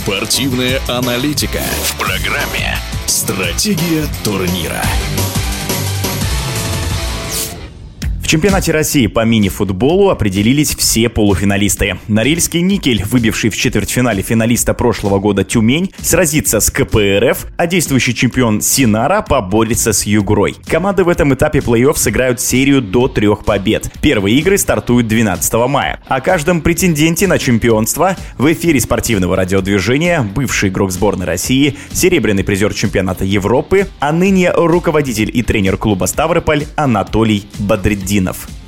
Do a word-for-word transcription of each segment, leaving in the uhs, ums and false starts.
Спортивная аналитика в программе «Стратегия турнира». В чемпионате России по мини-футболу определились все полуфиналисты. Норильский «Никель», выбивший в четвертьфинале финалиста прошлого года «Тюмень», сразится с ка пэ эр эф, а действующий чемпион «Синара» поборется с «Югрой». Команды в этом этапе плей-офф сыграют серию до трех побед. Первые игры стартуют двенадцатого мая. О каждом претенденте на чемпионство в эфире спортивного радиодвижения бывший игрок сборной России, серебряный призер чемпионата Европы, а ныне руководитель и тренер клуба «Ставрополь» Анатолий Бадретдинов.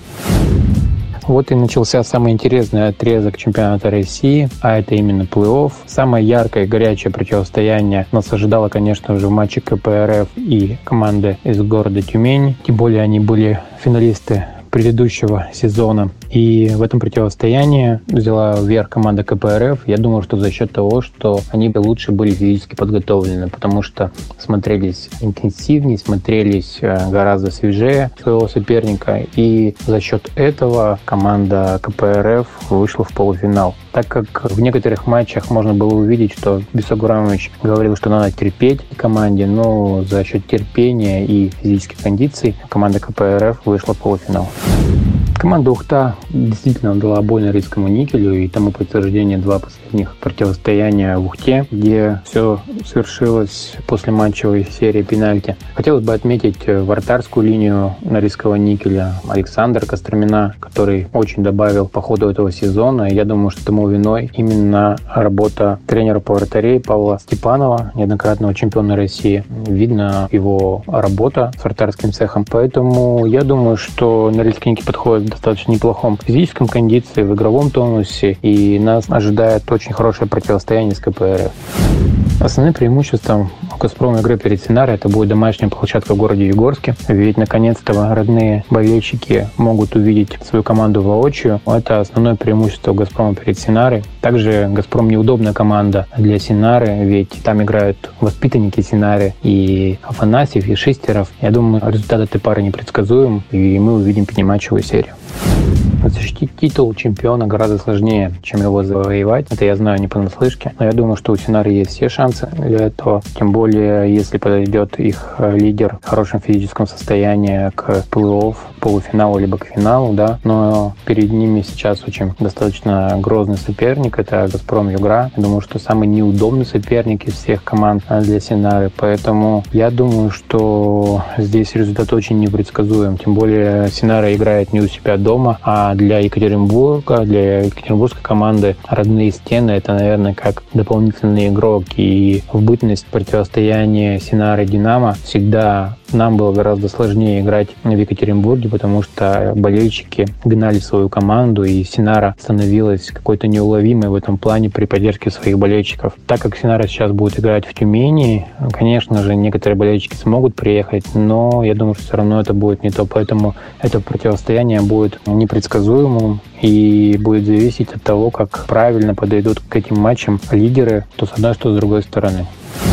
Вот и начался самый интересный отрезок чемпионата России, а это именно плей-офф. Самое яркое и горячее противостояние нас ожидало, конечно же, в матче ка пэ эр эф и команды из города Тюмень. Тем более они были финалисты предыдущего сезона. И в этом противостоянии взяла вверх команда ка пэ эр эф. Я думаю, что за счет того, что они лучше были физически подготовлены, потому что смотрелись интенсивнее, смотрелись гораздо свежее своего соперника. И за счет этого команда ка пэ эр эф вышла в полуфинал. Так как в некоторых матчах можно было увидеть, что Бисок Грамович говорил, что надо терпеть команде, но за счет терпения и физических кондиций команда ка пэ эр эф вышла в полуфинал. Команда «Ухта» действительно дала бой Норильскому «Никелю», и тому подтверждение два последних противостояния в «Ухте», где все свершилось после матчевой серии пенальти. Хотелось бы отметить вратарскую линию Норильского «Никеля» Александра Костромина, который очень добавил по ходу этого сезона. Я думаю, что тому виной именно работа тренера по вратарей Павла Степанова, неоднократного чемпиона России. Видно его работа с вратарским цехом. Поэтому я думаю, что Норильский «Никель» подходит в достаточно неплохом физическом кондиции, в игровом тонусе, и нас ожидает очень хорошее противостояние с ка пэ эр эф. Основным преимуществом «Газпрома» игры перед «Синаро» это будет домашняя площадка в городе Югорске. Ведь наконец-то родные болельщики могут увидеть свою команду воочию. Это основное преимущество «Газпрома» перед «Синаро». Также «Газпром» неудобная команда для «Синары», ведь там играют воспитанники «Синары» и Афанасьев, и Шистеров. Я думаю, результат этой пары непредсказуем, и мы увидим пятиматчевую серию. Защитить титул чемпиона гораздо сложнее, чем его завоевать. Это я знаю не понаслышке. Но я думаю, что у «Синары» есть все шансы для этого. Тем более, если подойдет их лидер в хорошем физическом состоянии к плей-офф, полуфиналу либо к финалу, да. Но перед ними сейчас очень достаточно грозный соперник. Это «Газпром» Югра. Я думаю, что самый неудобный соперник из всех команд для «Синары». Поэтому я думаю, что здесь результат очень непредсказуем. Тем более, «Синара» играет не у себя дома, а для Екатеринбурга, для екатеринбургской команды родные стены — это, наверное, как дополнительный игрок. И в бытность противостояния «Синара» и «Динамо» всегда нам было гораздо сложнее играть в Екатеринбурге, потому что болельщики гнали свою команду, и «Синара» становилась какой-то неуловимой в этом плане при поддержке своих болельщиков. Так как «Синара» сейчас будет играть в Тюмени, конечно же, некоторые болельщики смогут приехать, но я думаю, что все равно это будет не то. Поэтому это противостояние будет непредсказуемым и будет зависеть от того, как правильно подойдут к этим матчам лидеры, то с одной, что с другой стороны.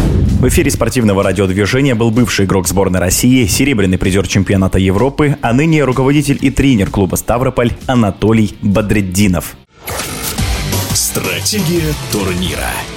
В эфире спортивного радиодвижения был бывший игрок сборной России, серебряный призер чемпионата Европы, а ныне руководитель и тренер клуба «Ставрополь» Анатолий Бадретдинов. Стратегия турнира.